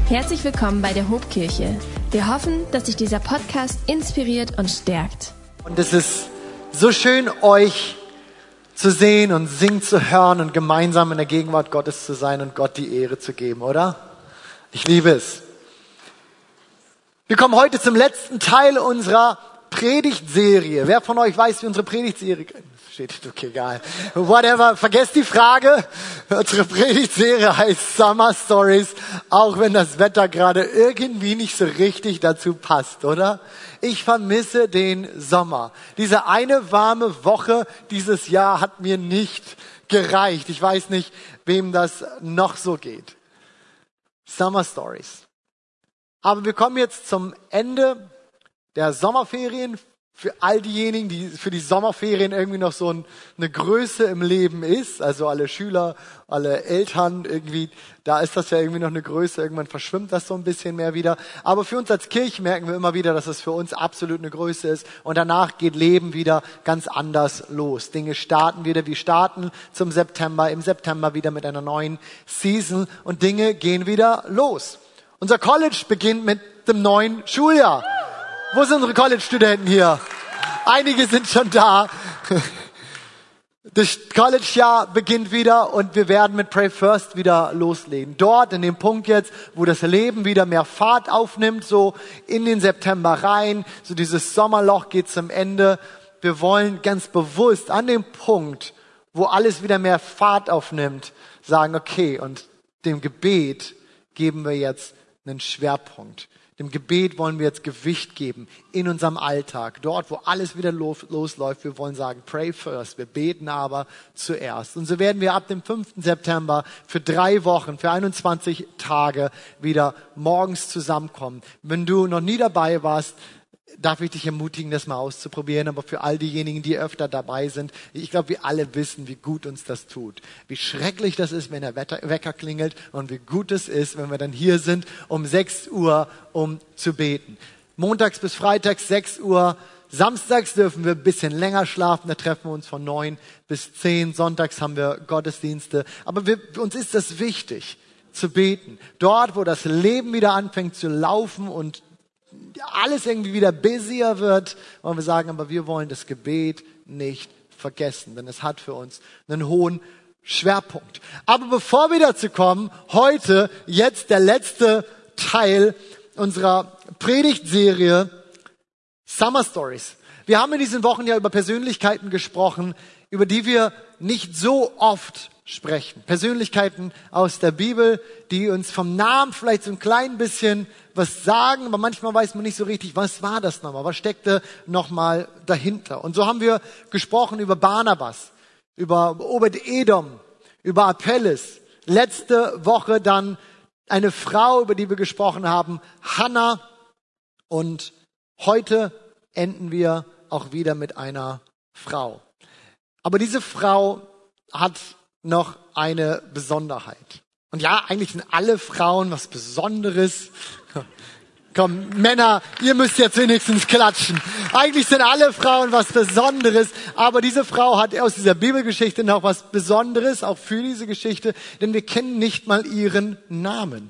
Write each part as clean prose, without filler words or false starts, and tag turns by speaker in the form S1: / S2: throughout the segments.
S1: Herzlich willkommen bei der Hobkirche. Wir hoffen, dass dich dieser Podcast inspiriert und stärkt.
S2: Und es ist so schön, euch zu sehen und singen zu hören und gemeinsam in der Gegenwart Gottes zu sein und Gott die Ehre zu geben, oder? Ich liebe es. Wir kommen heute zum letzten Teil unserer Predigtserie. Wer von euch weiß, wie unsere Predigtserie steht? Okay, egal. Whatever, vergesst die Frage. Unsere Predigtserie heißt Summer Stories, auch wenn das Wetter gerade irgendwie nicht so richtig dazu passt, oder? Ich vermisse den Sommer. Diese eine warme Woche dieses Jahr hat mir nicht gereicht. Ich weiß nicht, wem das noch so geht. Summer Stories. Aber wir kommen jetzt zum Ende der Sommerferien. Für all diejenigen, die für die Sommerferien irgendwie noch so eine Größe im Leben ist, also alle Schüler, alle Eltern irgendwie, da ist das ja irgendwie noch eine Größe, irgendwann verschwimmt das so ein bisschen mehr wieder. Aber für uns als Kirche merken wir immer wieder, dass es für uns absolut eine Größe ist und danach geht Leben wieder ganz anders los. Dinge starten wieder, wir starten im September wieder mit einer neuen Season und Dinge gehen wieder los. Unser College beginnt mit dem neuen Schuljahr. Wo sind unsere College-Studenten hier? Einige sind schon da. Das College-Jahr beginnt wieder und wir werden mit Pray First wieder loslegen. Dort, in dem Punkt jetzt, wo das Leben wieder mehr Fahrt aufnimmt, so in den September rein, so dieses Sommerloch geht zum Ende. Wir wollen ganz bewusst an dem Punkt, wo alles wieder mehr Fahrt aufnimmt, sagen, okay, und dem Gebet geben wir jetzt einen Schwerpunkt. Dem Gebet wollen wir jetzt Gewicht geben in unserem Alltag. Dort, wo alles wieder losläuft, wir wollen sagen, pray first. Wir beten aber zuerst. Und so werden wir ab dem 5. September für 3 Wochen, für 21 Tage wieder morgens zusammenkommen. Wenn du noch nie dabei warst, darf ich dich ermutigen, das mal auszuprobieren. Aber für all diejenigen, die öfter dabei sind, ich glaube, wir alle wissen, wie gut uns das tut. Wie schrecklich das ist, wenn der Wecker klingelt und wie gut es ist, wenn wir dann hier sind um 6 Uhr, um zu beten. Montags bis freitags 6 Uhr. Samstags dürfen wir ein bisschen länger schlafen. Da treffen wir uns von 9 bis 10. Sonntags haben wir Gottesdienste. Aber uns ist das wichtig, zu beten. Dort, wo das Leben wieder anfängt zu laufen und alles irgendwie wieder busier wird, wollen wir sagen, aber wir wollen das Gebet nicht vergessen, denn es hat für uns einen hohen Schwerpunkt. Aber bevor wir dazu kommen, heute jetzt der letzte Teil unserer Predigtserie Summer Stories. Wir haben in diesen Wochen ja über Persönlichkeiten gesprochen, über die wir nicht so oft sprechen. Persönlichkeiten aus der Bibel, die uns vom Namen vielleicht so ein klein bisschen was sagen, aber manchmal weiß man nicht so richtig, was war das nochmal, was steckte nochmal dahinter. Und so haben wir gesprochen über Barnabas, über Obed-Edom, über Apelles. Letzte Woche dann eine Frau, über die wir gesprochen haben, Hannah. Und heute enden wir auch wieder mit einer Frau. Aber diese Frau hat noch eine Besonderheit. Und ja, eigentlich sind alle Frauen was Besonderes. Komm, Männer, ihr müsst jetzt wenigstens klatschen. Eigentlich sind alle Frauen was Besonderes, aber diese Frau hat aus dieser Bibelgeschichte noch was Besonderes, auch für diese Geschichte, denn wir kennen nicht mal ihren Namen.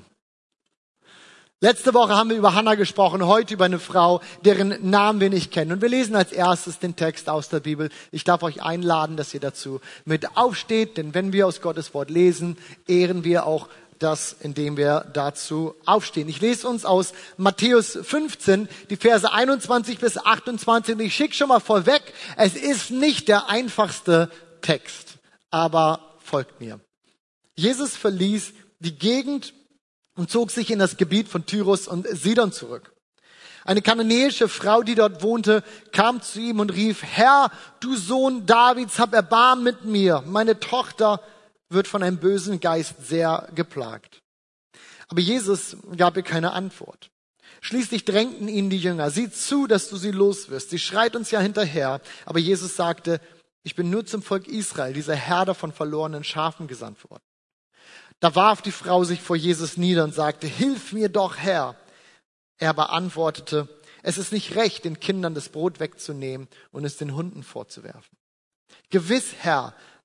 S2: Letzte Woche haben wir über Hannah gesprochen, heute über eine Frau, deren Namen wir nicht kennen. Und wir lesen als erstes den Text aus der Bibel. Ich darf euch einladen, dass ihr dazu mit aufsteht, denn wenn wir aus Gottes Wort lesen, ehren wir auch das, indem wir dazu aufstehen. Ich lese uns aus Matthäus 15, die Verse 21 bis 28. Und ich schicke schon mal vorweg, es ist nicht der einfachste Text, aber folgt mir. Jesus verließ die Gegend und zog sich in das Gebiet von Tyrus und Sidon zurück. Eine kananäische Frau, die dort wohnte, kam zu ihm und rief, Herr, du Sohn Davids, hab Erbarmen mit mir. Meine Tochter wird von einem bösen Geist sehr geplagt. Aber Jesus gab ihr keine Antwort. Schließlich drängten ihn die Jünger, sieh zu, dass du sie loswirst. Sie schreit uns ja hinterher. Aber Jesus sagte, ich bin nur zum Volk Israel, dieser Herde von verlorenen Schafen gesandt worden. Da warf die Frau sich vor Jesus nieder und sagte, hilf mir doch, Herr. Er aber antwortete, es ist nicht recht, den Kindern das Brot wegzunehmen und es den Hunden vorzuwerfen. Gewiss, Herr,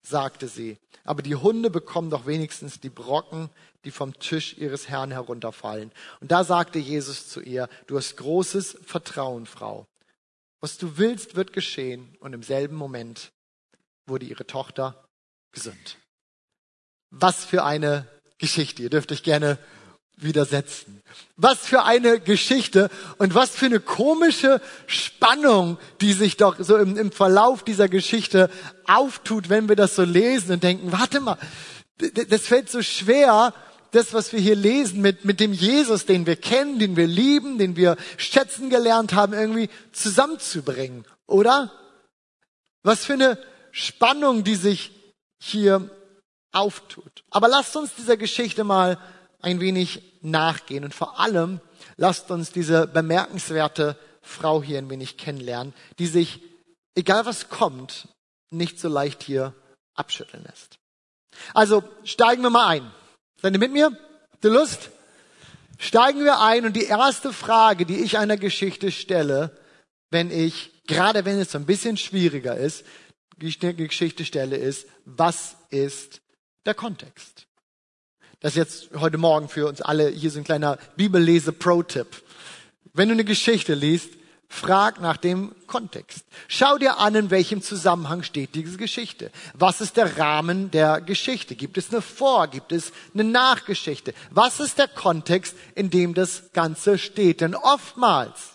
S2: sagte sie. Aber die Hunde bekommen doch wenigstens die Brocken, die vom Tisch ihres Herrn herunterfallen. Und da sagte Jesus zu ihr, du hast großes Vertrauen, Frau. Was du willst, wird geschehen. Und im selben Moment wurde ihre Tochter gesund. Was für eine Geschichte. Ihr dürft euch gerne widersetzen. Was für eine Geschichte und was für eine komische Spannung, die sich doch so im Verlauf dieser Geschichte auftut, wenn wir das so lesen und denken, warte mal, das fällt so schwer, das, was wir hier lesen, mit dem Jesus, den wir kennen, den wir lieben, den wir schätzen gelernt haben, irgendwie zusammenzubringen, oder? Was für eine Spannung, die sich hier auftut. Aber lasst uns dieser Geschichte mal ein wenig nachgehen und vor allem lasst uns diese bemerkenswerte Frau hier ein wenig kennenlernen, die sich, egal was kommt, nicht so leicht hier abschütteln lässt. Also steigen wir mal ein. Seid ihr mit mir? Habt ihr Lust? Steigen wir ein und die erste Frage, die ich einer Geschichte stelle, gerade wenn es so ein bisschen schwieriger ist, die Geschichte stelle, ist, was ist der Kontext? Das ist jetzt heute Morgen für uns alle hier so ein kleiner Bibellese-Pro-Tipp. Wenn du eine Geschichte liest, frag nach dem Kontext. Schau dir an, in welchem Zusammenhang steht diese Geschichte. Was ist der Rahmen der Geschichte? Gibt es eine gibt es eine Nachgeschichte? Was ist der Kontext, in dem das Ganze steht? Denn oftmals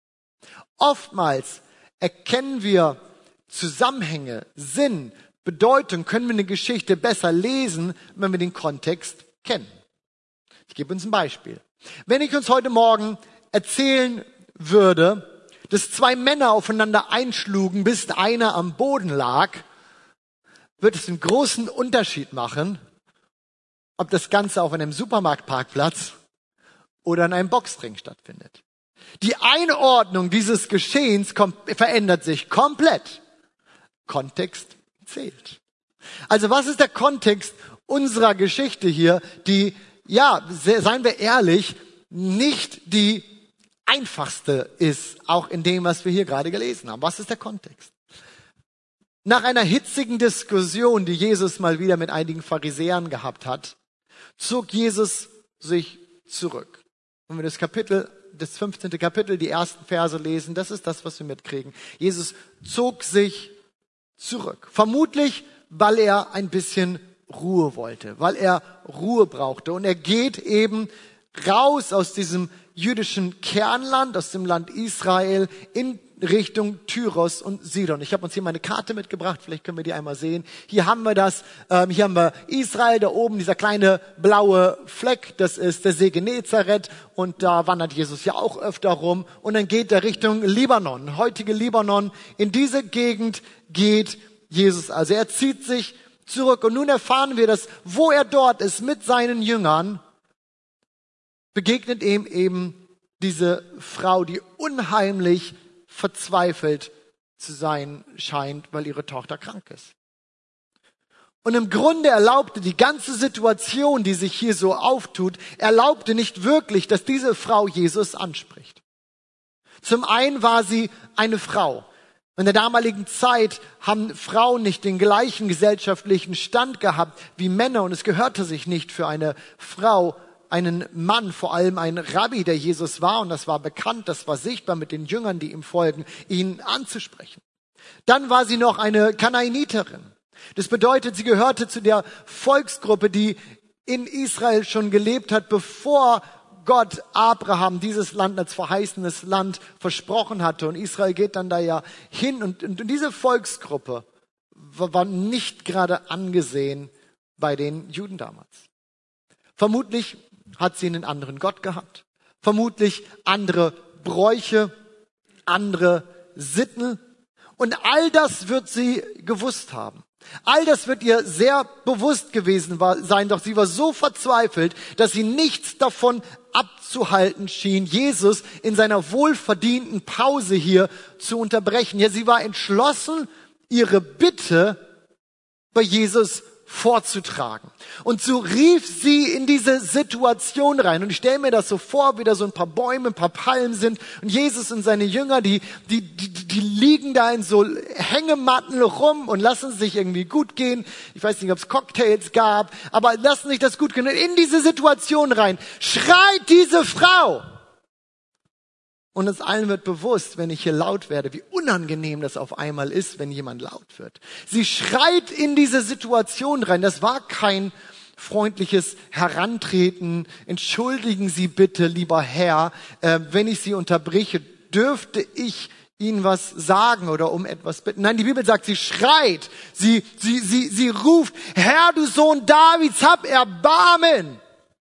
S2: erkennen wir Zusammenhänge, Sinn, Bedeutung, können wir eine Geschichte besser lesen, wenn wir den Kontext kennen. Ich gebe uns ein Beispiel. Wenn ich uns heute Morgen erzählen würde, dass zwei Männer aufeinander einschlugen, bis einer am Boden lag, wird es einen großen Unterschied machen, ob das Ganze auf einem Supermarktparkplatz oder in einem Boxring stattfindet. Die Einordnung dieses Geschehens verändert sich komplett. Kontext zählt. Also was ist der Kontext unserer Geschichte hier, die, seien wir ehrlich, nicht die einfachste ist, auch in dem, was wir hier gerade gelesen haben. Was ist der Kontext? Nach einer hitzigen Diskussion, die Jesus mal wieder mit einigen Pharisäern gehabt hat, zog Jesus sich zurück. Wenn wir das 15. Kapitel, die ersten Verse lesen, das ist das, was wir mitkriegen. Jesus zog sich zurück. Vermutlich, weil er ein bisschen Ruhe wollte, weil er Ruhe brauchte. Und er geht eben raus aus diesem jüdischen Kernland, aus dem Land Israel, in Richtung Tyros und Sidon. Ich habe uns hier meine Karte mitgebracht, vielleicht können wir die einmal sehen. Hier haben wir das, hier haben wir Israel, da oben dieser kleine blaue Fleck, das ist der See Genezareth und da wandert Jesus ja auch öfter rum und dann geht er Richtung Libanon, heutige Libanon. In diese Gegend geht Jesus, also er zieht sich zurück und nun erfahren wir, dass wo er dort ist mit seinen Jüngern, begegnet ihm eben diese Frau, die unheimlich verzweifelt zu sein scheint, weil ihre Tochter krank ist. Und im Grunde erlaubte die ganze Situation, die sich hier so auftut, erlaubte nicht wirklich, dass diese Frau Jesus anspricht. Zum einen war sie eine Frau. In der damaligen Zeit haben Frauen nicht den gleichen gesellschaftlichen Stand gehabt wie Männer und es gehörte sich nicht für eine Frau, einen Mann, vor allem ein Rabbi, der Jesus war, und das war bekannt, das war sichtbar mit den Jüngern, die ihm folgen, ihn anzusprechen. Dann war sie noch eine Kanaaniterin. Das bedeutet, sie gehörte zu der Volksgruppe, die in Israel schon gelebt hat, bevor Gott Abraham dieses Land als verheißenes Land versprochen hatte. Und Israel geht dann da ja hin. Und diese Volksgruppe war nicht gerade angesehen bei den Juden damals. Vermutlich hat sie einen anderen Gott gehabt. Vermutlich andere Bräuche, andere Sitten. Und all das wird sie gewusst haben. All das wird ihr sehr bewusst gewesen sein, doch sie war so verzweifelt, dass sie nichts davon abzuhalten schien, Jesus in seiner wohlverdienten Pause hier zu unterbrechen. Ja, sie war entschlossen, ihre Bitte bei Jesus vorzutragen. Und so rief sie in diese Situation rein. Und ich stelle mir das so vor, wie da so ein paar Bäume, ein paar Palmen sind. Und Jesus und seine Jünger, die liegen da in so Hängematten rum und lassen sich irgendwie gut gehen. Ich weiß nicht, ob es Cocktails gab, aber lassen sich das gut gehen. Und in diese Situation rein schreit diese Frau. Und uns allen wird bewusst, wenn ich hier laut werde, wie unangenehm das auf einmal ist, wenn jemand laut wird. Sie schreit in diese Situation rein. Das war kein freundliches Herantreten. Entschuldigen Sie bitte, lieber Herr, wenn ich Sie unterbreche, dürfte ich Ihnen was sagen oder um etwas bitten? Nein, die Bibel sagt, sie schreit. Sie ruft, Herr, du Sohn Davids, hab Erbarmen.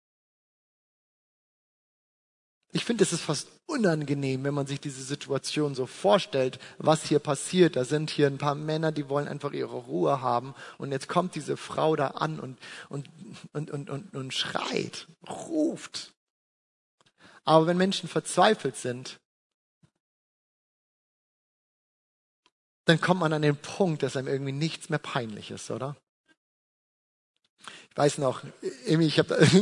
S2: Ich finde, es ist fast unangenehm, wenn man sich diese Situation so vorstellt, was hier passiert. Da sind hier ein paar Männer, die wollen einfach ihre Ruhe haben. Und jetzt kommt diese Frau da an und schreit, ruft. Aber wenn Menschen verzweifelt sind, dann kommt man an den Punkt, dass einem irgendwie nichts mehr peinlich ist, oder? Ich weiß noch, ich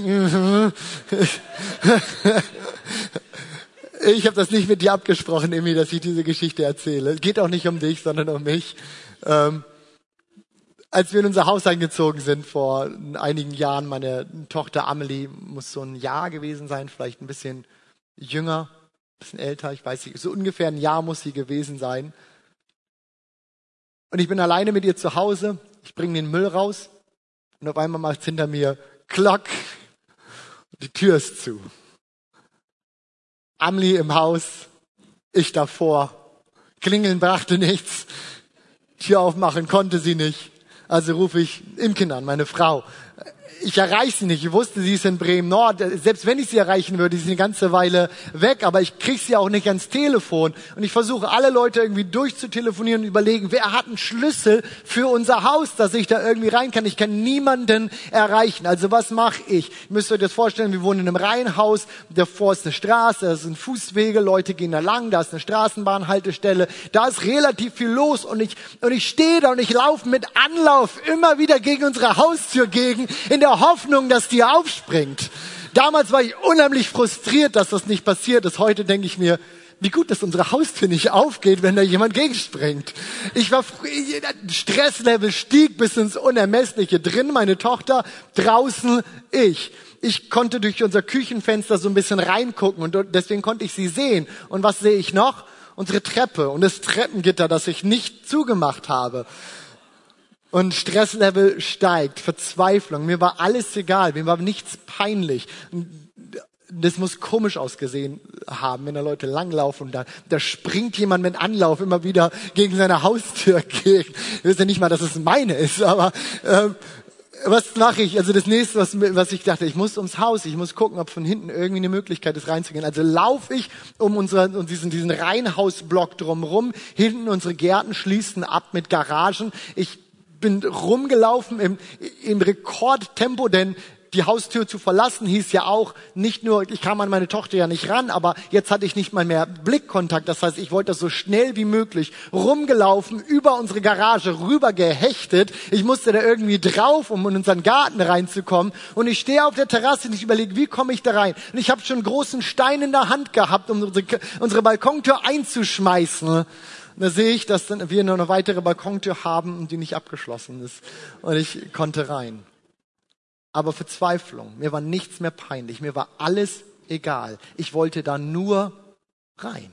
S2: habe das nicht mit dir abgesprochen, Emmy, dass ich diese Geschichte erzähle. Geht auch nicht um dich, sondern um mich. Als wir in unser Haus eingezogen sind vor einigen Jahren, meine Tochter Amelie muss so ein Jahr gewesen sein, vielleicht ein bisschen jünger, ein bisschen älter, ich weiß nicht, so ungefähr ein Jahr muss sie gewesen sein. Und ich bin alleine mit ihr zu Hause, ich bringe den Müll raus und auf einmal macht es hinter mir Klock und die Tür ist zu. Amelie im Haus, ich davor. Klingeln brachte nichts. Tür aufmachen konnte sie nicht. Also rufe ich Imken an, meine Frau. Ich erreiche sie nicht. Ich wusste, sie ist in Bremen-Nord. Selbst wenn ich sie erreichen würde, sie ist eine ganze Weile weg. Aber ich kriege sie auch nicht ans Telefon. Und ich versuche, alle Leute irgendwie durchzutelefonieren und überlegen, wer hat einen Schlüssel für unser Haus, dass ich da irgendwie rein kann. Ich kann niemanden erreichen. Also was mache ich? Ihr müsst euch das vorstellen, wir wohnen in einem Reihenhaus. Davor ist eine Straße, da sind Fußwege, Leute gehen da lang. Da ist eine Straßenbahnhaltestelle. Da ist relativ viel los. Und ich stehe da und ich laufe mit Anlauf immer wieder gegen unsere Haustür gegen, in der Hoffnung, dass die aufspringt. Damals war ich unheimlich frustriert, dass das nicht passiert ist. Heute denke ich mir, wie gut, dass unsere Haustür nicht aufgeht, wenn da jemand gegenspringt. Stresslevel stieg bis ins Unermessliche. Drin meine Tochter, draußen ich. Ich konnte durch unser Küchenfenster so ein bisschen reingucken und deswegen konnte ich sie sehen. Und was sehe ich noch? Unsere Treppe und das Treppengitter, das ich nicht zugemacht habe. Und Stresslevel steigt, Verzweiflung. Mir war alles egal, mir war nichts peinlich. Das muss komisch ausgesehen haben, wenn da Leute langlaufen und da springt jemand mit Anlauf immer wieder gegen seine Haustür gegen. Ich weiß ja nicht mal, dass es meine ist, aber was mache ich? Also das nächste, was ich dachte, ich muss ums Haus, ich muss gucken, ob von hinten irgendwie eine Möglichkeit ist, reinzugehen. Also laufe ich um diesen Reihenhausblock drumherum. Hinten unsere Gärten schließen ab mit Garagen. Ich bin rumgelaufen im Rekordtempo, denn die Haustür zu verlassen hieß ja auch nicht nur, ich kam an meine Tochter ja nicht ran, aber jetzt hatte ich nicht mal mehr Blickkontakt. Das heißt, ich wollte das so schnell wie möglich rumgelaufen, über unsere Garage rüber gehechtet. Ich musste da irgendwie drauf, um in unseren Garten reinzukommen. Und ich stehe auf der Terrasse und ich überlege, wie komme ich da rein? Und ich habe schon einen großen Stein in der Hand gehabt, um unsere Balkontür einzuschmeißen. Und da sehe ich, dass dann wir noch eine weitere Balkontür haben und die nicht abgeschlossen ist. Und ich konnte rein. Aber Verzweiflung, mir war nichts mehr peinlich, mir war alles egal. Ich wollte da nur rein.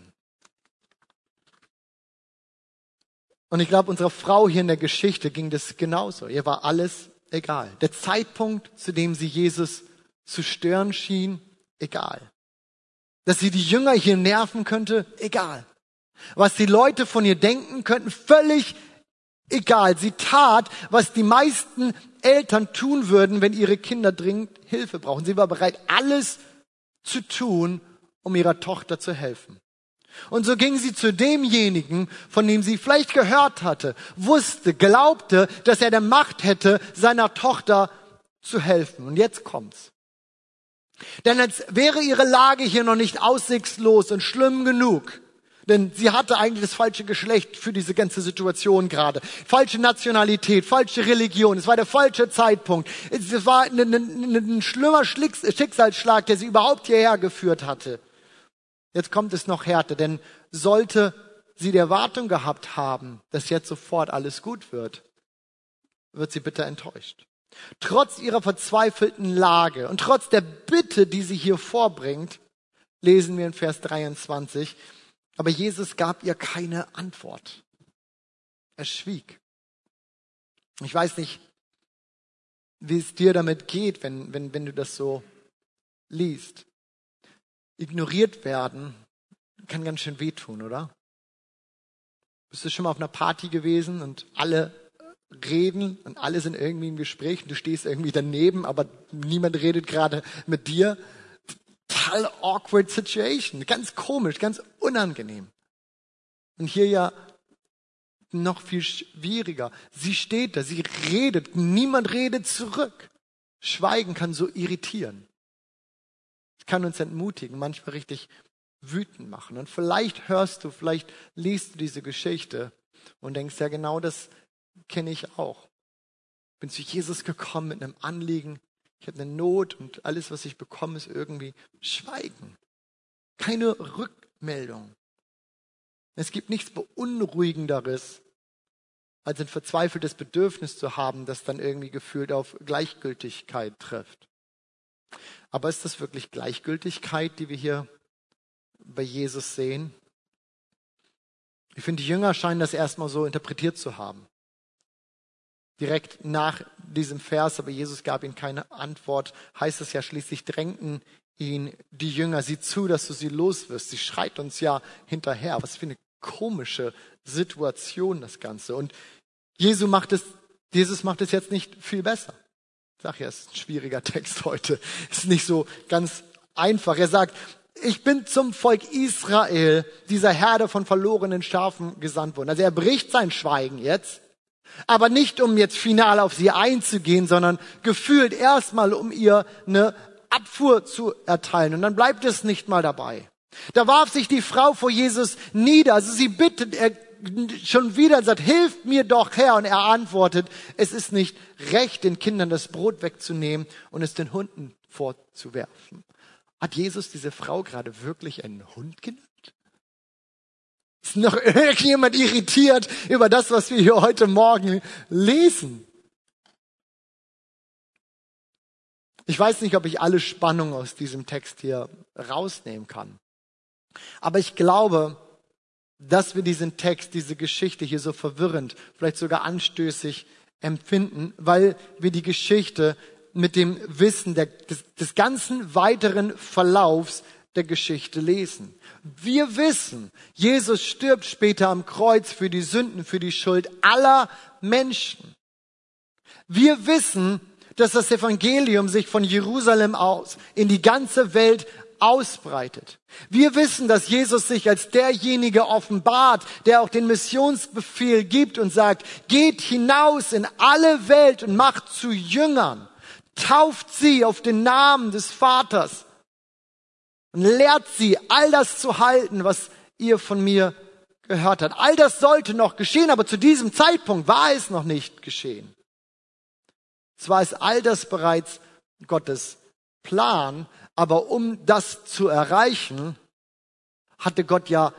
S2: Und ich glaube, unserer Frau hier in der Geschichte ging das genauso. Ihr war alles egal. Der Zeitpunkt, zu dem sie Jesus zu stören schien, egal. Dass sie die Jünger hier nerven könnte, egal. Was die Leute von ihr denken könnten, völlig egal. Sie tat, was die meisten Eltern tun würden, wenn ihre Kinder dringend Hilfe brauchen. Sie war bereit, alles zu tun, um ihrer Tochter zu helfen. Und so ging sie zu demjenigen, von dem sie vielleicht gehört hatte, wusste, glaubte, dass er der Macht hätte, seiner Tochter zu helfen. Und jetzt kommt's. Denn als wäre ihre Lage hier noch nicht aussichtslos und schlimm genug, Denn sie hatte eigentlich das falsche Geschlecht für diese ganze Situation gerade. Falsche Nationalität, falsche Religion. Es war der falsche Zeitpunkt. Es war ein schlimmer Schicksalsschlag, der sie überhaupt hierher geführt hatte. Jetzt kommt es noch härter, denn sollte sie die Erwartung gehabt haben, dass jetzt sofort alles gut wird, wird sie bitter enttäuscht. Trotz ihrer verzweifelten Lage und trotz der Bitte, die sie hier vorbringt, lesen wir in Vers 23, aber Jesus gab ihr keine Antwort. Er schwieg. Ich weiß nicht, wie es dir damit geht, wenn du das so liest. Ignoriert werden kann ganz schön wehtun, oder? Bist du schon mal auf einer Party gewesen und alle reden und alle sind irgendwie im Gespräch und du stehst irgendwie daneben, aber niemand redet gerade mit dir? Total awkward situation, ganz komisch, ganz unangenehm. Und hier ja noch viel schwieriger. Sie steht da, sie redet, niemand redet zurück. Schweigen kann so irritieren. Es kann uns entmutigen, manchmal richtig wütend machen. Und vielleicht liest du diese Geschichte und denkst, ja genau das kenne ich auch. Bin zu Jesus gekommen mit einem Anliegen, ich habe eine Not und alles, was ich bekomme, ist irgendwie Schweigen. Keine Rückmeldung. Es gibt nichts Beunruhigenderes, als ein verzweifeltes Bedürfnis zu haben, das dann irgendwie gefühlt auf Gleichgültigkeit trifft. Aber ist das wirklich Gleichgültigkeit, die wir hier bei Jesus sehen? Ich finde, die Jünger scheinen das erstmal so interpretiert zu haben. Direkt nach diesem Vers, aber Jesus gab ihnen keine Antwort, heißt es ja schließlich, drängten ihn die Jünger, sieh zu, dass du sie loswirst. Sie schreit uns ja hinterher. Was für eine komische Situation das Ganze. Und Jesus macht es jetzt nicht viel besser. Ich sage ja, es ist ein schwieriger Text heute. Es ist nicht so ganz einfach. Er sagt, ich bin zum Volk Israel, dieser Herde von verlorenen Schafen, gesandt worden. Also er bricht sein Schweigen jetzt. Aber nicht, um jetzt final auf sie einzugehen, sondern gefühlt erstmal, um ihr eine Abfuhr zu erteilen. Und dann bleibt es nicht mal dabei. Da warf sich die Frau vor Jesus nieder. Also sie bittet schon wieder und sagt, hilf mir doch, Herr. Und er antwortet, es ist nicht recht, den Kindern das Brot wegzunehmen und es den Hunden vorzuwerfen. Hat Jesus diese Frau gerade wirklich einen Hund genannt? Ist noch irgendjemand irritiert über das, was wir hier heute Morgen lesen? Ich weiß nicht, ob ich alle Spannung aus diesem Text hier rausnehmen kann. Aber ich glaube, dass wir diesen Text, diese Geschichte hier so verwirrend, vielleicht sogar anstößig empfinden, weil wir die Geschichte mit dem Wissen des ganzen weiteren Verlaufs der Geschichte lesen. Wir wissen, Jesus stirbt später am Kreuz für die Sünden, für die Schuld aller Menschen. Wir wissen, dass das Evangelium sich von Jerusalem aus in die ganze Welt ausbreitet. Wir wissen, dass Jesus sich als derjenige offenbart, der auch den Missionsbefehl gibt und sagt, geht hinaus in alle Welt und macht zu Jüngern, tauft sie auf den Namen des Vaters und lehrt sie, all das zu halten, was ihr von mir gehört habt. All das sollte noch geschehen, aber zu diesem Zeitpunkt war es noch nicht geschehen. Zwar ist all das bereits Gottes Plan, aber um das zu erreichen, hatte Gott ja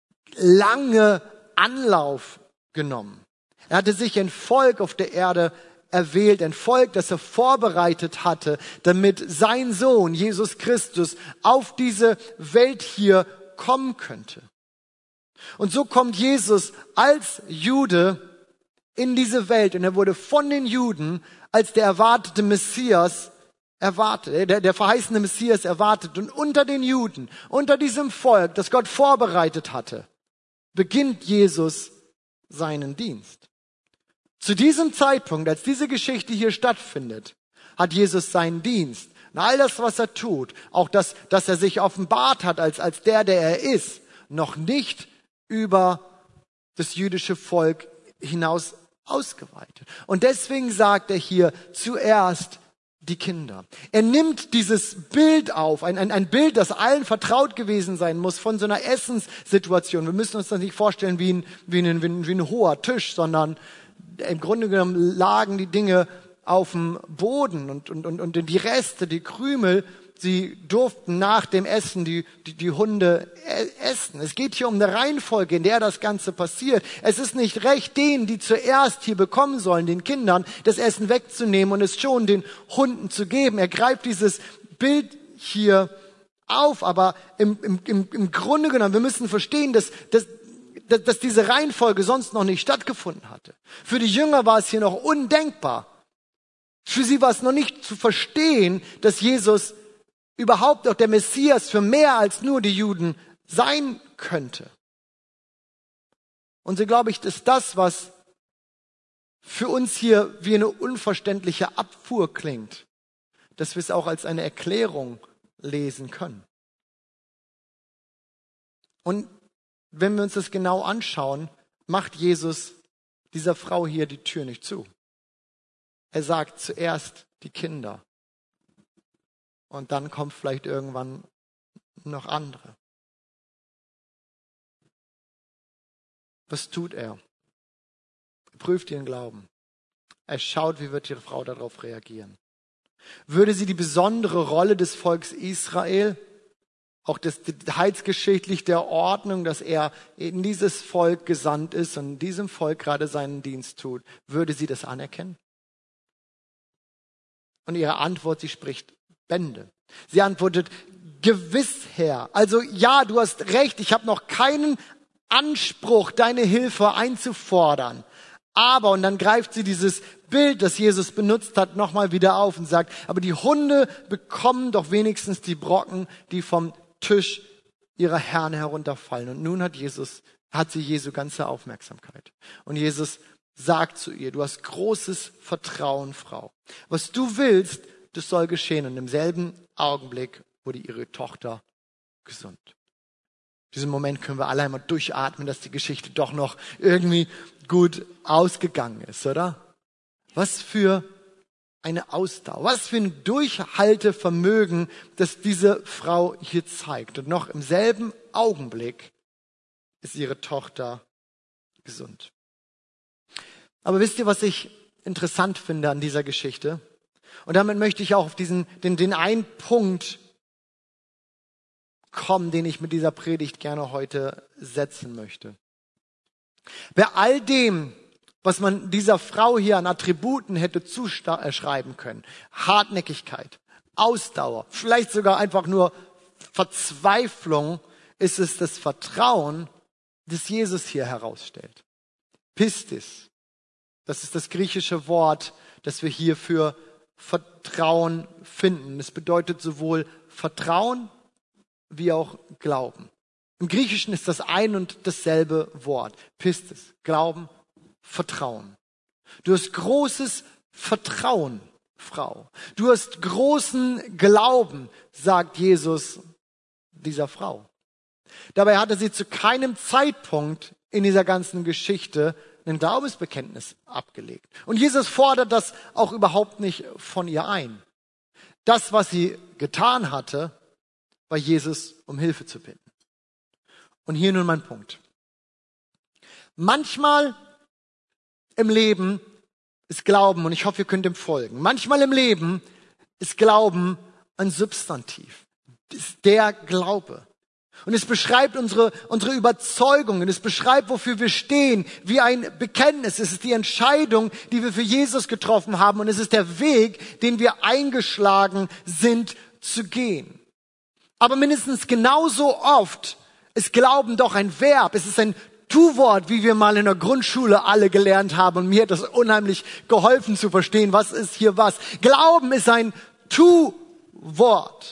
S2: lange Anlauf genommen. Er hatte sich ein Volk auf der Erde erwählt, ein Volk, das er vorbereitet hatte, damit sein Sohn Jesus Christus auf diese Welt hier kommen könnte. Und so kommt Jesus als Jude in diese Welt und er wurde von den Juden als der erwartete Messias erwartet, der verheißene Messias erwartet. Und unter den Juden, unter diesem Volk, das Gott vorbereitet hatte, beginnt Jesus seinen Dienst. Zu diesem Zeitpunkt, als diese Geschichte hier stattfindet, hat Jesus seinen Dienst. Und all das, was er tut, auch das, dass er sich offenbart hat als der er ist, noch nicht über das jüdische Volk hinaus ausgeweitet. Und deswegen sagt er hier zuerst die Kinder. Er nimmt dieses Bild auf, ein Bild, das allen vertraut gewesen sein muss, von so einer Essenssituation. Wir müssen uns das nicht vorstellen wie ein hoher Tisch, sondern im Grunde genommen lagen die Dinge auf dem Boden und die Reste, die Krümel, sie durften nach dem Essen die Hunde essen. Es geht hier um eine Reihenfolge, in der das Ganze passiert. Es ist nicht recht, denen, die zuerst hier bekommen sollen, den Kindern, das Essen wegzunehmen und es schon den Hunden zu geben. Er greift dieses Bild hier auf, aber im Grunde genommen, wir müssen verstehen, dass diese Reihenfolge sonst noch nicht stattgefunden hatte. Für die Jünger war es hier noch undenkbar. Für sie war es noch nicht zu verstehen, dass Jesus überhaupt auch der Messias für mehr als nur die Juden sein könnte. Und so glaube ich, ist das, was für uns hier wie eine unverständliche Abfuhr klingt, dass wir es auch als eine Erklärung lesen können. Und wenn wir uns das genau anschauen, macht Jesus dieser Frau hier die Tür nicht zu. Er sagt zuerst die Kinder. Und dann kommt vielleicht irgendwann noch andere. Was tut er? Er prüft ihren Glauben. Er schaut, wie wird ihre Frau darauf reagieren. Würde sie die besondere Rolle des Volkes Israel, auch das heilsgeschichtlich der Ordnung, dass er in dieses Volk gesandt ist und in diesem Volk gerade seinen Dienst tut, würde sie das anerkennen? Und ihre Antwort, sie spricht Bände. Sie antwortet, gewiss, Herr. Also ja, du hast recht, ich habe noch keinen Anspruch, deine Hilfe einzufordern. Aber, und dann greift sie dieses Bild, das Jesus benutzt hat, nochmal wieder auf und sagt, aber die Hunde bekommen doch wenigstens die Brocken, die vom Tisch ihrer Herren herunterfallen. Und nun hat sie Jesu ganze Aufmerksamkeit. Und Jesus sagt zu ihr, du hast großes Vertrauen, Frau. Was du willst, das soll geschehen. Und im selben Augenblick wurde ihre Tochter gesund. In diesem Moment können wir alle einmal durchatmen, dass die Geschichte doch noch irgendwie gut ausgegangen ist, oder? Was für eine Ausdauer, was für ein Durchhaltevermögen, das diese Frau hier zeigt. Und noch im selben Augenblick ist ihre Tochter gesund. Aber wisst ihr, was ich interessant finde an dieser Geschichte? Und damit möchte ich auch auf den einen Punkt kommen, den ich mit dieser Predigt gerne heute setzen möchte. Bei all dem, was man dieser Frau hier an Attributen hätte zuschreiben können, Hartnäckigkeit, Ausdauer, vielleicht sogar einfach nur Verzweiflung, ist es das Vertrauen, das Jesus hier herausstellt. Pistis, das ist das griechische Wort, das wir hier für Vertrauen finden. Es bedeutet sowohl Vertrauen wie auch Glauben. Im Griechischen ist das ein und dasselbe Wort. Pistis, Glauben, Vertrauen. Du hast großes Vertrauen, Frau. Du hast großen Glauben, sagt Jesus dieser Frau. Dabei hatte sie zu keinem Zeitpunkt in dieser ganzen Geschichte ein Glaubensbekenntnis abgelegt. Und Jesus fordert das auch überhaupt nicht von ihr ein. Das, was sie getan hatte, war Jesus um Hilfe zu bitten. Und hier nun mein Punkt. Manchmal im Leben ist Glauben, und ich hoffe, ihr könnt dem folgen, manchmal im Leben ist Glauben ein Substantiv. Das ist der Glaube. Und es beschreibt unsere Überzeugungen, es beschreibt, wofür wir stehen, wie ein Bekenntnis. Es ist die Entscheidung, die wir für Jesus getroffen haben, und es ist der Weg, den wir eingeschlagen sind zu gehen. Aber mindestens genauso oft ist Glauben doch ein Verb. Es ist ein Tu-Wort, wie wir mal in der Grundschule alle gelernt haben. Und mir hat das unheimlich geholfen zu verstehen, was ist hier was. Glauben ist ein Tu-Wort.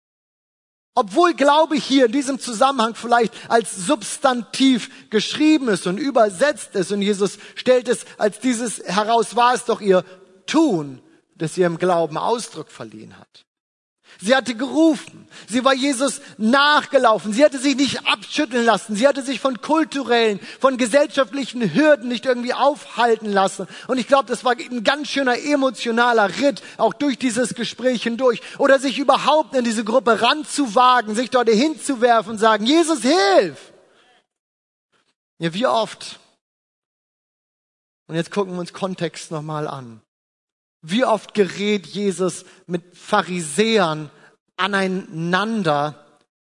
S2: Obwohl Glaube hier in diesem Zusammenhang vielleicht als Substantiv geschrieben ist und übersetzt ist, und Jesus stellt es als dieses heraus, war es doch ihr Tun, das ihrem Glauben Ausdruck verliehen hat. Sie hatte gerufen. Sie war Jesus nachgelaufen. Sie hatte sich nicht abschütteln lassen. Sie hatte sich von kulturellen, von gesellschaftlichen Hürden nicht irgendwie aufhalten lassen. Und ich glaube, das war ein ganz schöner emotionaler Ritt, auch durch dieses Gespräch hindurch. Oder sich überhaupt in diese Gruppe ranzuwagen, sich dort hinzuwerfen und sagen, Jesus, hilf! Ja, wie oft? Und jetzt gucken wir uns Kontext nochmal an. Wie oft gerät Jesus mit Pharisäern aneinander,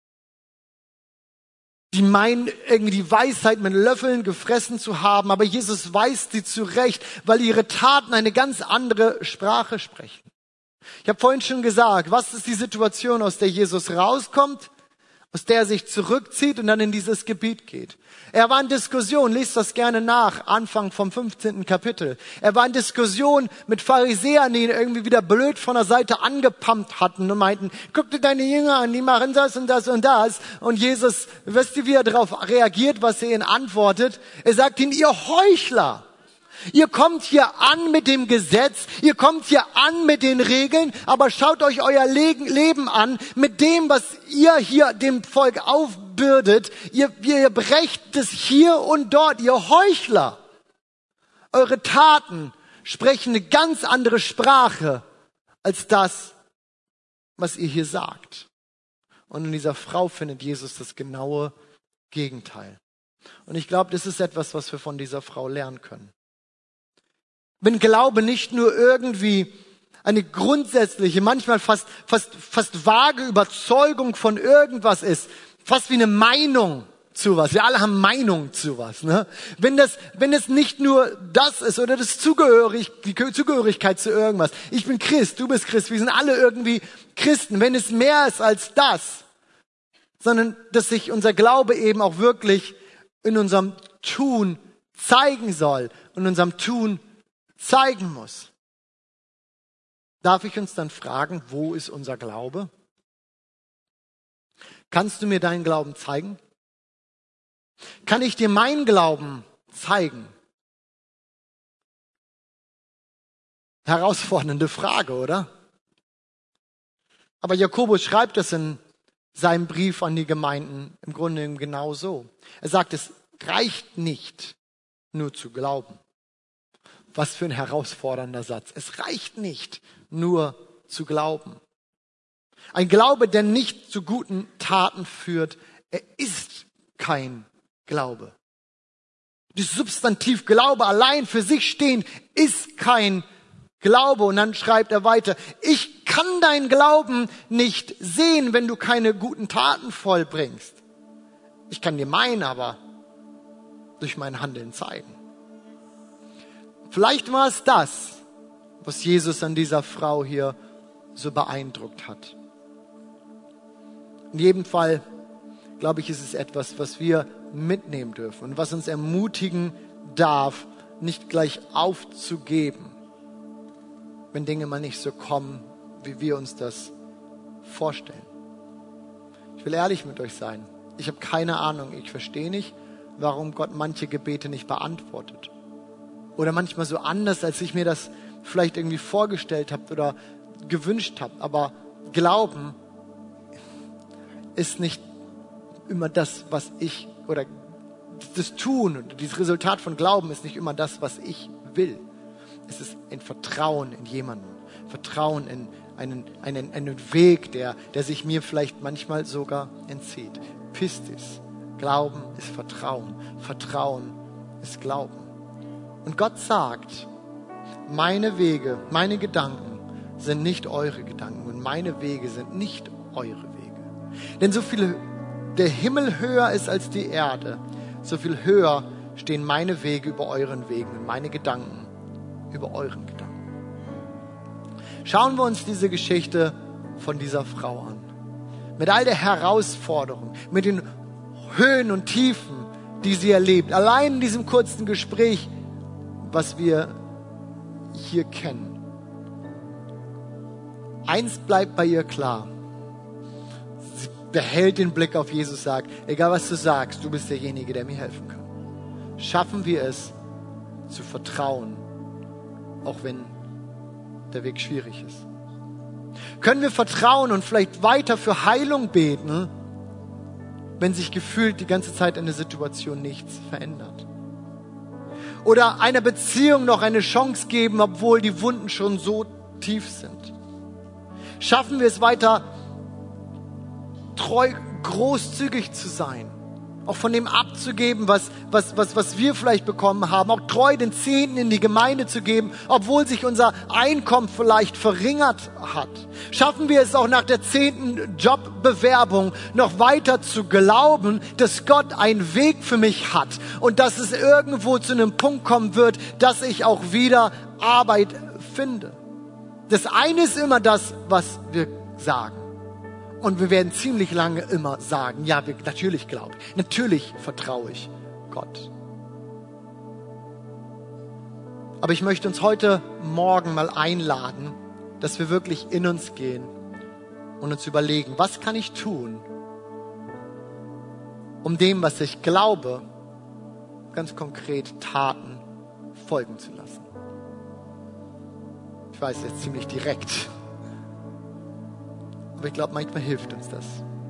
S2: die meinen, irgendwie die Weisheit mit Löffeln gefressen zu haben, aber Jesus weist sie zurecht, weil ihre Taten eine ganz andere Sprache sprechen. Ich habe vorhin schon gesagt, was ist die Situation, aus der Jesus rauskommt, aus der er sich zurückzieht und dann in dieses Gebiet geht. Er war in Diskussion, lest das gerne nach, Anfang vom 15. Kapitel. Er war in Diskussion mit Pharisäern, die ihn irgendwie wieder blöd von der Seite angepumpt hatten und meinten, guck dir deine Jünger an, die machen das und das und das. Und Jesus, wisst ihr, wie er darauf reagiert, was er ihnen antwortet? Er sagt ihnen, ihr Heuchler! Ihr kommt hier an mit dem Gesetz, ihr kommt hier an mit den Regeln, aber schaut euch euer Leben an mit dem, was ihr hier dem Volk aufbürdet. Ihr brecht es hier und dort, ihr Heuchler. Eure Taten sprechen eine ganz andere Sprache als das, was ihr hier sagt. Und in dieser Frau findet Jesus das genaue Gegenteil. Und ich glaube, das ist etwas, was wir von dieser Frau lernen können. Wenn Glaube nicht nur irgendwie eine grundsätzliche, manchmal fast vage Überzeugung von irgendwas ist, fast wie eine Meinung zu was. Wir alle haben Meinung zu was, ne? Wenn es nicht nur das ist oder die Zugehörigkeit zu irgendwas. Ich bin Christ, du bist Christ, wir sind alle irgendwie Christen. Wenn es mehr ist als das, sondern dass sich unser Glaube eben auch wirklich in unserem Tun zeigen soll, in unserem Tun zeigen muss. Darf ich uns dann fragen, wo ist unser Glaube? Kannst du mir deinen Glauben zeigen? Kann ich dir meinen Glauben zeigen? Herausfordernde Frage, oder? Aber Jakobus schreibt es in seinem Brief an die Gemeinden im Grunde genau so. Er sagt, es reicht nicht nur zu glauben. Was für ein herausfordernder Satz. Es reicht nicht nur zu glauben. Ein Glaube, der nicht zu guten Taten führt, er ist kein Glaube. Das Substantiv Glaube allein für sich stehen ist kein Glaube. Und dann schreibt er weiter, ich kann deinen Glauben nicht sehen, wenn du keine guten Taten vollbringst. Ich kann dir meinen, aber durch mein Handeln zeigen. Vielleicht war es das, was Jesus an dieser Frau hier so beeindruckt hat. In jedem Fall, glaube ich, ist es etwas, was wir mitnehmen dürfen und was uns ermutigen darf, nicht gleich aufzugeben, wenn Dinge mal nicht so kommen, wie wir uns das vorstellen. Ich will ehrlich mit euch sein. Ich habe keine Ahnung, ich verstehe nicht, warum Gott manche Gebete nicht beantwortet. Oder manchmal so anders, als ich mir das vielleicht irgendwie vorgestellt habe oder gewünscht habe. Aber Glauben ist nicht immer das, was ich, oder das Tun und dieses Resultat von Glauben ist nicht immer das, was ich will. Es ist ein Vertrauen in jemanden. Vertrauen in einen Weg, der sich mir vielleicht manchmal sogar entzieht. Pistis. Glauben ist Vertrauen. Vertrauen ist Glauben. Und Gott sagt, meine Wege, meine Gedanken sind nicht eure Gedanken und meine Wege sind nicht eure Wege. Denn so viel der Himmel höher ist als die Erde, so viel höher stehen meine Wege über euren Wegen und meine Gedanken über euren Gedanken. Schauen wir uns diese Geschichte von dieser Frau an. Mit all der Herausforderung, mit den Höhen und Tiefen, die sie erlebt. Allein in diesem kurzen Gespräch, was wir hier kennen. Eins bleibt bei ihr klar. Sie behält den Blick auf Jesus, sagt, egal was du sagst, du bist derjenige, der mir helfen kann. Schaffen wir es, zu vertrauen, auch wenn der Weg schwierig ist. Können wir vertrauen und vielleicht weiter für Heilung beten, wenn sich gefühlt die ganze Zeit in der Situation nichts verändert? Oder einer Beziehung noch eine Chance geben, obwohl die Wunden schon so tief sind? Schaffen wir es weiter, treu, großzügig zu sein? Auch von dem abzugeben, was wir vielleicht bekommen haben. Auch treu den Zehnten in die Gemeinde zu geben, obwohl sich unser Einkommen vielleicht verringert hat. Schaffen wir es auch nach der 10. Jobbewerbung noch weiter zu glauben, dass Gott einen Weg für mich hat und dass es irgendwo zu einem Punkt kommen wird, dass ich auch wieder Arbeit finde. Das eine ist immer das, was wir sagen. Und wir werden ziemlich lange immer sagen, ja, natürlich glaube ich, natürlich vertraue ich Gott. Aber ich möchte uns heute Morgen mal einladen, dass wir wirklich in uns gehen und uns überlegen, was kann ich tun, um dem, was ich glaube, ganz konkret Taten folgen zu lassen. Ich weiß, jetzt ziemlich direkt. Aber ich glaube, manchmal hilft uns das.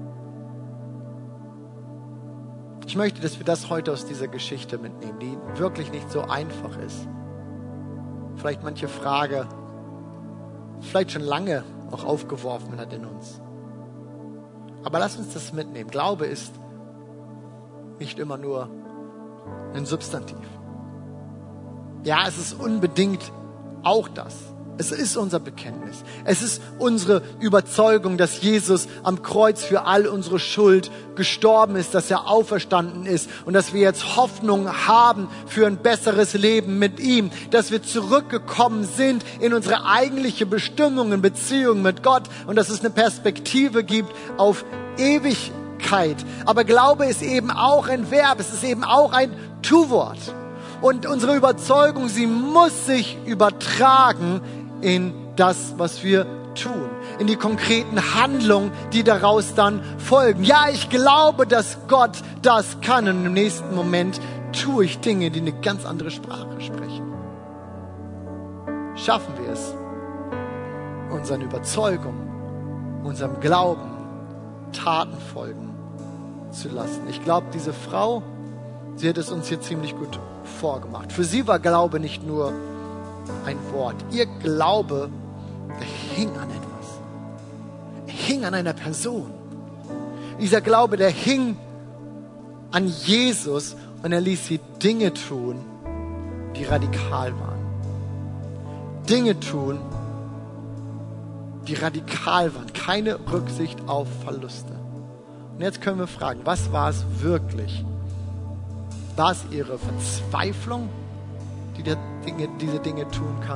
S2: Ich möchte, dass wir das heute aus dieser Geschichte mitnehmen, die wirklich nicht so einfach ist. Vielleicht manche Frage, vielleicht schon lange auch aufgeworfen hat in uns. Aber lass uns das mitnehmen. Glaube ist nicht immer nur ein Substantiv. Ja, es ist unbedingt auch das. Es ist unser Bekenntnis. Es ist unsere Überzeugung, dass Jesus am Kreuz für all unsere Schuld gestorben ist, dass er auferstanden ist und dass wir jetzt Hoffnung haben für ein besseres Leben mit ihm, dass wir zurückgekommen sind in unsere eigentliche Bestimmung in Beziehung mit Gott und dass es eine Perspektive gibt auf Ewigkeit. Aber Glaube ist eben auch ein Verb, es ist eben auch ein Tu-Wort. Und unsere Überzeugung, sie muss sich übertragen in das, was wir tun, in die konkreten Handlungen, die daraus dann folgen. Ja, ich glaube, dass Gott das kann und im nächsten Moment tue ich Dinge, die eine ganz andere Sprache sprechen. Schaffen wir es, unseren Überzeugungen, unserem Glauben Taten folgen zu lassen. Ich glaube, diese Frau, sie hat es uns hier ziemlich gut vorgemacht. Für sie war Glaube nicht nur ein Wort. Ihr Glaube hing an etwas. Er hing an einer Person. Dieser Glaube, der hing an Jesus und er ließ sie Dinge tun, die radikal waren. Dinge tun, die radikal waren. Keine Rücksicht auf Verluste. Und jetzt können wir fragen, was war es wirklich? War es ihre Verzweiflung, die diese Dinge tun kann,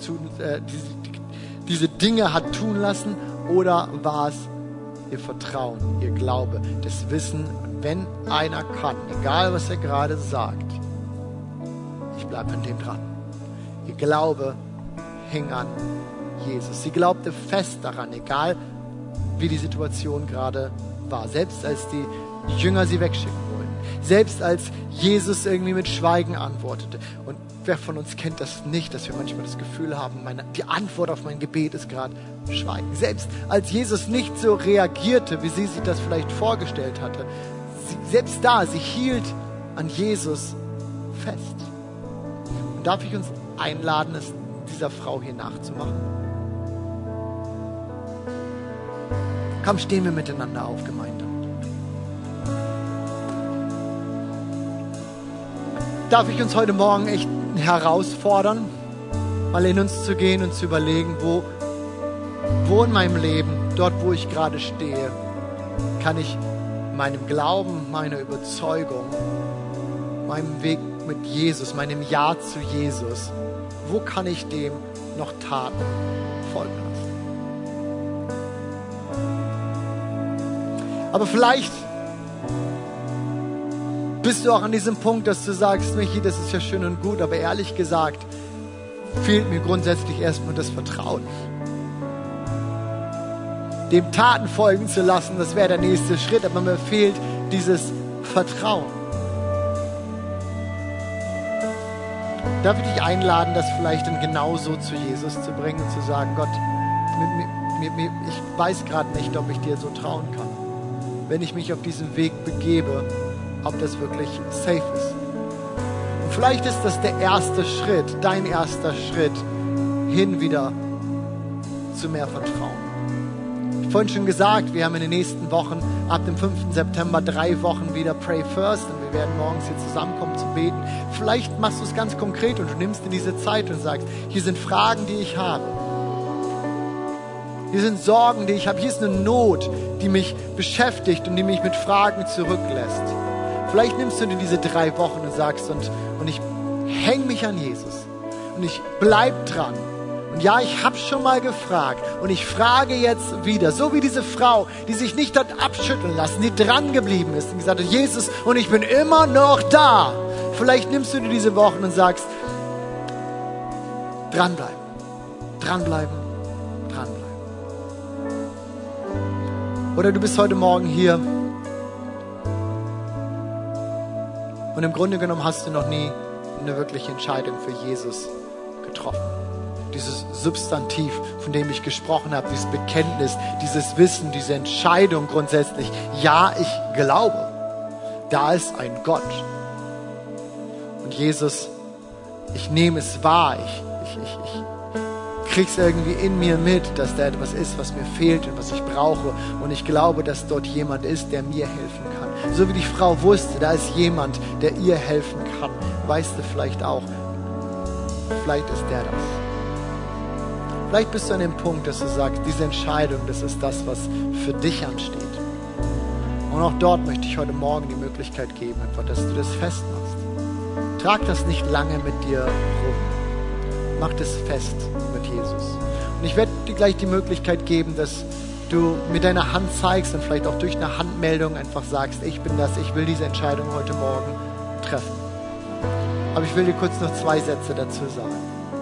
S2: diese Dinge hat tun lassen, oder war es ihr Vertrauen, ihr Glaube, das Wissen, wenn einer kann, egal was er gerade sagt, ich bleibe an dem dran. Ihr Glaube hing an Jesus. Sie glaubte fest daran, egal wie die Situation gerade war, selbst als die Jünger sie wegschicken wollten, selbst als Jesus irgendwie mit Schweigen antwortete. Und wer von uns kennt das nicht, dass wir manchmal das Gefühl haben, die Antwort auf mein Gebet ist gerade Schweigen. Selbst als Jesus nicht so reagierte, wie sie sich das vielleicht vorgestellt hatte, sie hielt an Jesus fest. Und darf ich uns einladen, es dieser Frau hier nachzumachen? Komm, stehen wir miteinander auf, Gemeinde. Darf ich uns heute Morgen echt herausfordern, mal in uns zu gehen und zu überlegen, wo in meinem Leben, dort wo ich gerade stehe, kann ich meinem Glauben, meiner Überzeugung, meinem Weg mit Jesus, meinem Ja zu Jesus, wo kann ich dem noch Taten folgen lassen? Aber vielleicht bist du auch an diesem Punkt, dass du sagst, Michi, das ist ja schön und gut, aber ehrlich gesagt fehlt mir grundsätzlich erstmal das Vertrauen. Dem Taten folgen zu lassen, das wäre der nächste Schritt, aber mir fehlt dieses Vertrauen. Darf ich dich einladen, das vielleicht dann genauso zu Jesus zu bringen und zu sagen, Gott, ich weiß gerade nicht, ob ich dir so trauen kann. Wenn ich mich auf diesen Weg begebe, ob das wirklich safe ist. Und vielleicht ist das der erste Schritt, dein erster Schritt hin wieder zu mehr Vertrauen. Ich habe vorhin schon gesagt, wir haben in den nächsten Wochen, ab dem 5. September, 3 Wochen wieder Pray First und wir werden morgens hier zusammenkommen zu beten. Vielleicht machst du es ganz konkret und du nimmst dir diese Zeit und sagst, hier sind Fragen, die ich habe. Hier sind Sorgen, die ich habe. Hier ist eine Not, die mich beschäftigt und die mich mit Fragen zurücklässt. Vielleicht nimmst du dir diese 3 Wochen und sagst, und ich hänge mich an Jesus. Und ich bleib dran. Und ja, ich habe schon mal gefragt. Und ich frage jetzt wieder. So wie diese Frau, die sich nicht hat abschütteln lassen, die dran geblieben ist und gesagt hat, Jesus, und ich bin immer noch da. Vielleicht nimmst du dir diese Wochen und sagst, dranbleiben, dranbleiben, dranbleiben. Oder du bist heute Morgen hier und im Grunde genommen hast du noch nie eine wirkliche Entscheidung für Jesus getroffen. Dieses Substantiv, von dem ich gesprochen habe, dieses Bekenntnis, dieses Wissen, diese Entscheidung grundsätzlich. Ja, ich glaube, da ist ein Gott. Und Jesus, ich nehme es wahr, ich krieg's irgendwie in mir mit, dass da etwas ist, was mir fehlt und was ich brauche. Und ich glaube, dass dort jemand ist, der mir helfen kann. So wie die Frau wusste, da ist jemand, der ihr helfen kann. Weißt du vielleicht auch, vielleicht ist der das. Vielleicht bist du an dem Punkt, dass du sagst, diese Entscheidung, das ist das, was für dich ansteht. Und auch dort möchte ich heute Morgen die Möglichkeit geben, einfach, dass du das festmachst. Trag das nicht lange mit dir rum. Mach das fest mit Jesus. Und ich werde dir gleich die Möglichkeit geben, dass du mit deiner Hand zeigst und vielleicht auch durch eine Handmeldung einfach sagst, ich bin das, ich will diese Entscheidung heute Morgen treffen. Aber ich will dir kurz noch 2 Sätze dazu sagen.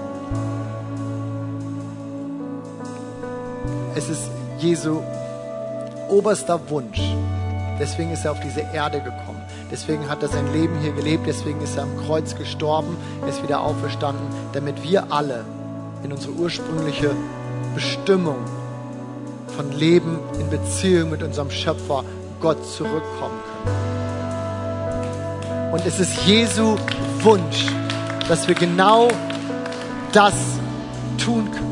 S2: Es ist Jesu oberster Wunsch. Deswegen ist er auf diese Erde gekommen. Deswegen hat er sein Leben hier gelebt. Deswegen ist er am Kreuz gestorben. Er ist wieder auferstanden, damit wir alle in unsere ursprüngliche Bestimmung von Leben in Beziehung mit unserem Schöpfer Gott zurückkommen können. Und es ist Jesu Wunsch, dass wir genau das tun können.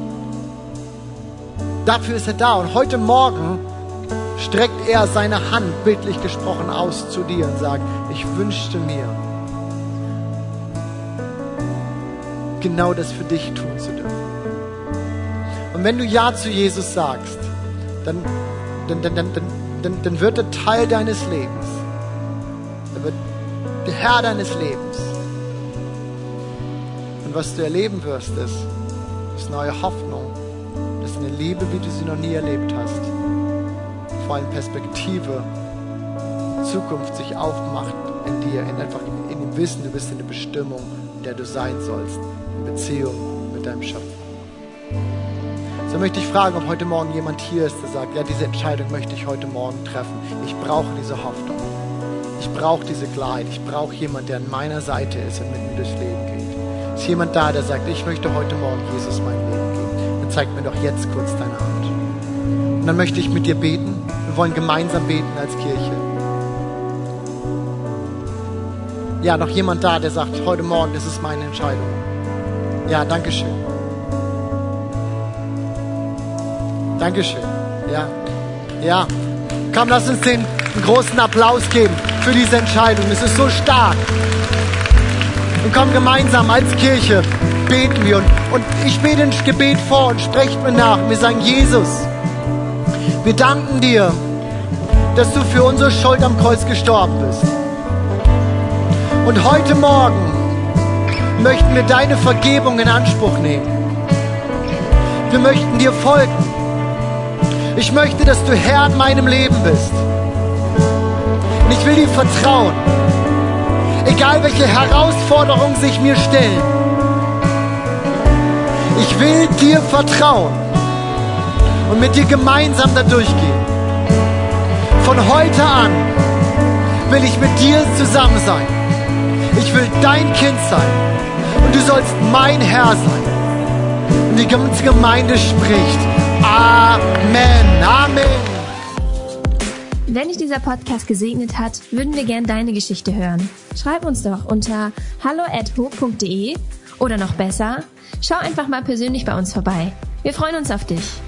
S2: Dafür ist er da. Und heute Morgen streckt er seine Hand, bildlich gesprochen, aus zu dir und sagt, ich wünschte mir, genau das für dich tun zu dürfen. Und wenn du Ja zu Jesus sagst, dann wird er Teil deines Lebens. Er wird der Herr deines Lebens. Und was du erleben wirst, ist neue Hoffnung. Das ist eine Liebe, wie du sie noch nie erlebt hast. Vor allem Perspektive, Zukunft sich aufmacht in dir, in dem Wissen, du bist in der Bestimmung, in der du sein sollst, in Beziehung mit deinem Schöpfer. So möchte ich fragen, ob heute Morgen jemand hier ist, der sagt, ja, diese Entscheidung möchte ich heute Morgen treffen. Ich brauche diese Hoffnung. Ich brauche diese Klarheit. Ich brauche jemanden, der an meiner Seite ist und mit mir durchs Leben geht. Ist jemand da, der sagt, ich möchte heute Morgen Jesus mein Leben geben? Dann zeig mir doch jetzt kurz deine Hand. Und dann möchte ich mit dir beten. Wir wollen gemeinsam beten als Kirche. Ja, noch jemand da, der sagt, heute Morgen, das ist meine Entscheidung. Ja, danke schön. Dankeschön. Ja. Ja. Komm, lass uns den einen großen Applaus geben für diese Entscheidung. Es ist so stark. Und komm, gemeinsam als Kirche beten wir. Und ich bete ein Gebet vor und sprecht mir nach. Wir sagen, Jesus, wir danken dir, dass du für unsere Schuld am Kreuz gestorben bist. Und heute Morgen möchten wir deine Vergebung in Anspruch nehmen. Wir möchten dir folgen. Ich möchte, dass du Herr in meinem Leben bist. Und ich will dir vertrauen. Egal welche Herausforderungen sich mir stellen. Ich will dir vertrauen. Und mit dir gemeinsam da durchgehen. Von heute an will ich mit dir zusammen sein. Ich will dein Kind sein. Und du sollst mein Herr sein. Und die ganze Gemeinde spricht. Amen. Amen.
S1: Wenn dich dieser Podcast gesegnet hat, würden wir gern deine Geschichte hören. Schreib uns doch unter hallo@hope.de oder noch besser, schau einfach mal persönlich bei uns vorbei. Wir freuen uns auf dich.